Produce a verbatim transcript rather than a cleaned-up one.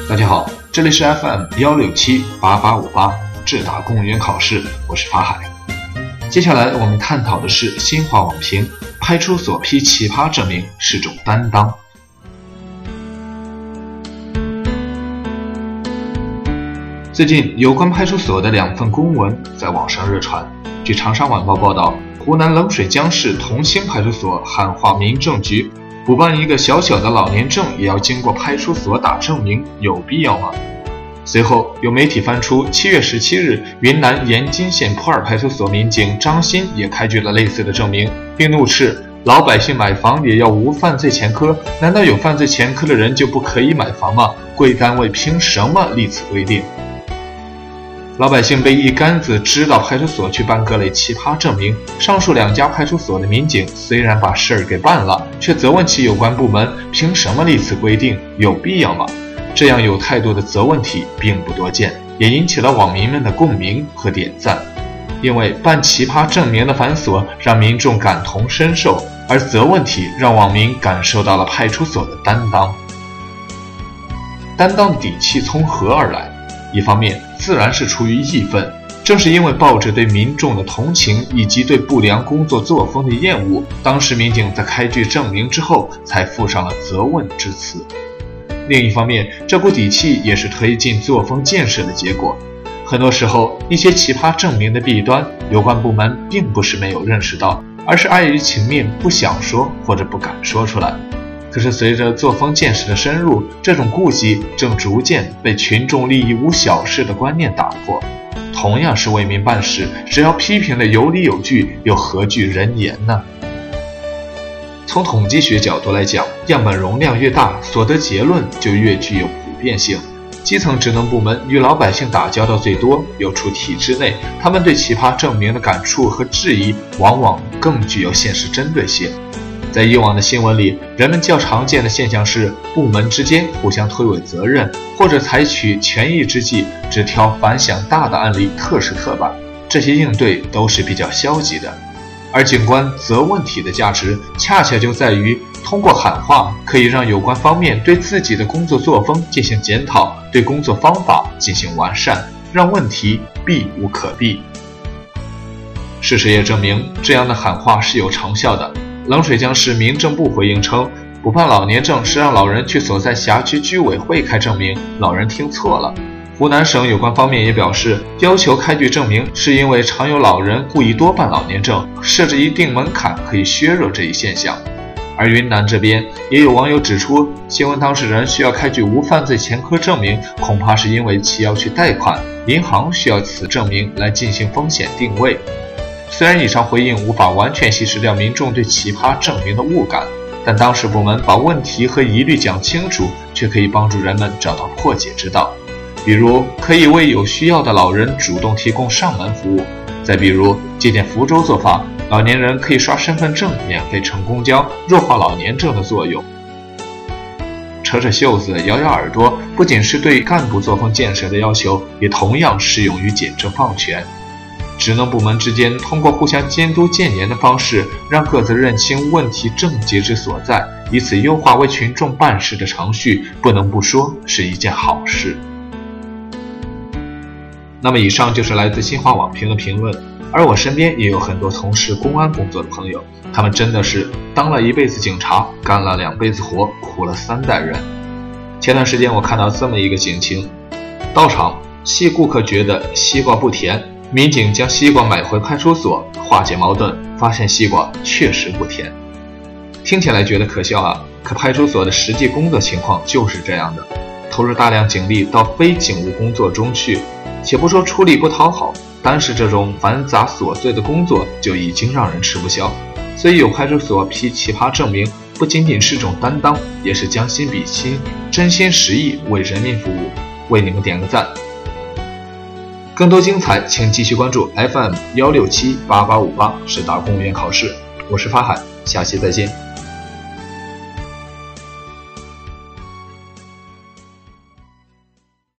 大家好，这里是 F M 一六七八八五八智达公务员考试，我是法海。接下来我们探讨的是新华网评，派出所批奇葩证明是种担当。最近有关派出所的两份公文在网上热传。据长沙晚报报道，湖南冷水江市同兴派出所喊话民政局，补办一个小小的老年证也要经过派出所打证明，有必要吗？随后有媒体翻出七月十七日云南盐津县普洱派出所民警张鑫也开具了类似的证明，并怒斥老百姓买房也要无犯罪前科，难道有犯罪前科的人就不可以买房吗？贵单位凭什么立此规定？老百姓被一竿子支到派出所去办各类奇葩证明，上述两家派出所的民警虽然把事儿给办了，却责问其有关部门凭什么立此规定，有必要吗？这样有态度的责问题并不多见，也引起了网民们的共鸣和点赞。因为办奇葩证明的繁琐让民众感同身受，而责问题让网民感受到了派出所的担当。担当底气从何而来？一方面自然是出于义愤，正是因为抱着对民众的同情以及对不良工作作风的厌恶，当时民警在开具证明之后才附上了责问之词。另一方面，这股底气也是推进作风建设的结果。很多时候一些奇葩证明的弊端，有关部门并不是没有认识到，而是碍于情面不想说或者不敢说出来。可是随着作风建设的深入，这种顾忌正逐渐被群众利益无小事的观念打破。同样是为民办事，只要批评的有理有据，又何惧人言呢？从统计学角度来讲，样本容量越大，所得结论就越具有普遍性。基层职能部门与老百姓打交道最多，又处体制内，他们对奇葩证明的感触和质疑往往更具有现实针对性。在以往的新闻里，人们较常见的现象是部门之间互相推诿责任，或者采取权宜之计，只挑反响大的案例特事特办，这些应对都是比较消极的。而警官责问题的价值恰恰就在于通过喊话可以让有关方面对自己的工作作风进行检讨，对工作方法进行完善，让问题避无可避。事实也证明，这样的喊话是有成效的。冷水江市民政部回应称，补办老年证是让老人去所在辖区居委会开证明，老人听错了。湖南省有关方面也表示，要求开具证明是因为常有老人故意多办老年证，设置一定门槛可以削弱这一现象。而云南这边也有网友指出，新闻当事人需要开具无犯罪前科证明，恐怕是因为其要去贷款，银行需要此证明来进行风险定位。虽然以上回应无法完全稀释掉民众对奇葩证明的误感，但当事部门把问题和疑虑讲清楚，却可以帮助人们找到破解之道。比如可以为有需要的老人主动提供上门服务，再比如借鉴福州做法，老年人可以刷身份证免费乘公交，弱化老年证的作用。扯扯袖子摇摇耳朵不仅是对干部作风建设的要求，也同样适用于简政放权。职能部门之间通过互相监督建言的方式，让各自认清问题症结之所在，以此优化为群众办事的程序，不能不说是一件好事。那么以上就是来自新华网评的评论，而我身边也有很多从事公安工作的朋友，他们真的是当了一辈子警察，干了两辈子活，苦了三代人。前段时间我看到这么一个警情，到场系顾客觉得西瓜不甜，民警将西瓜买回派出所化解矛盾，发现西瓜确实不甜。听起来觉得可笑啊，可派出所的实际工作情况就是这样的，投入大量警力到非警务工作中去，且不说出力不讨好，单是这种繁杂琐碎的工作就已经让人吃不消。所以有派出所批奇葩证明，不仅仅是种担当，也是将心比心，真心实意为人民服务。为你们点个赞。更多精彩请继续关注 F M 一六七八八五八，是达公务员考试。我是法海，下期再见。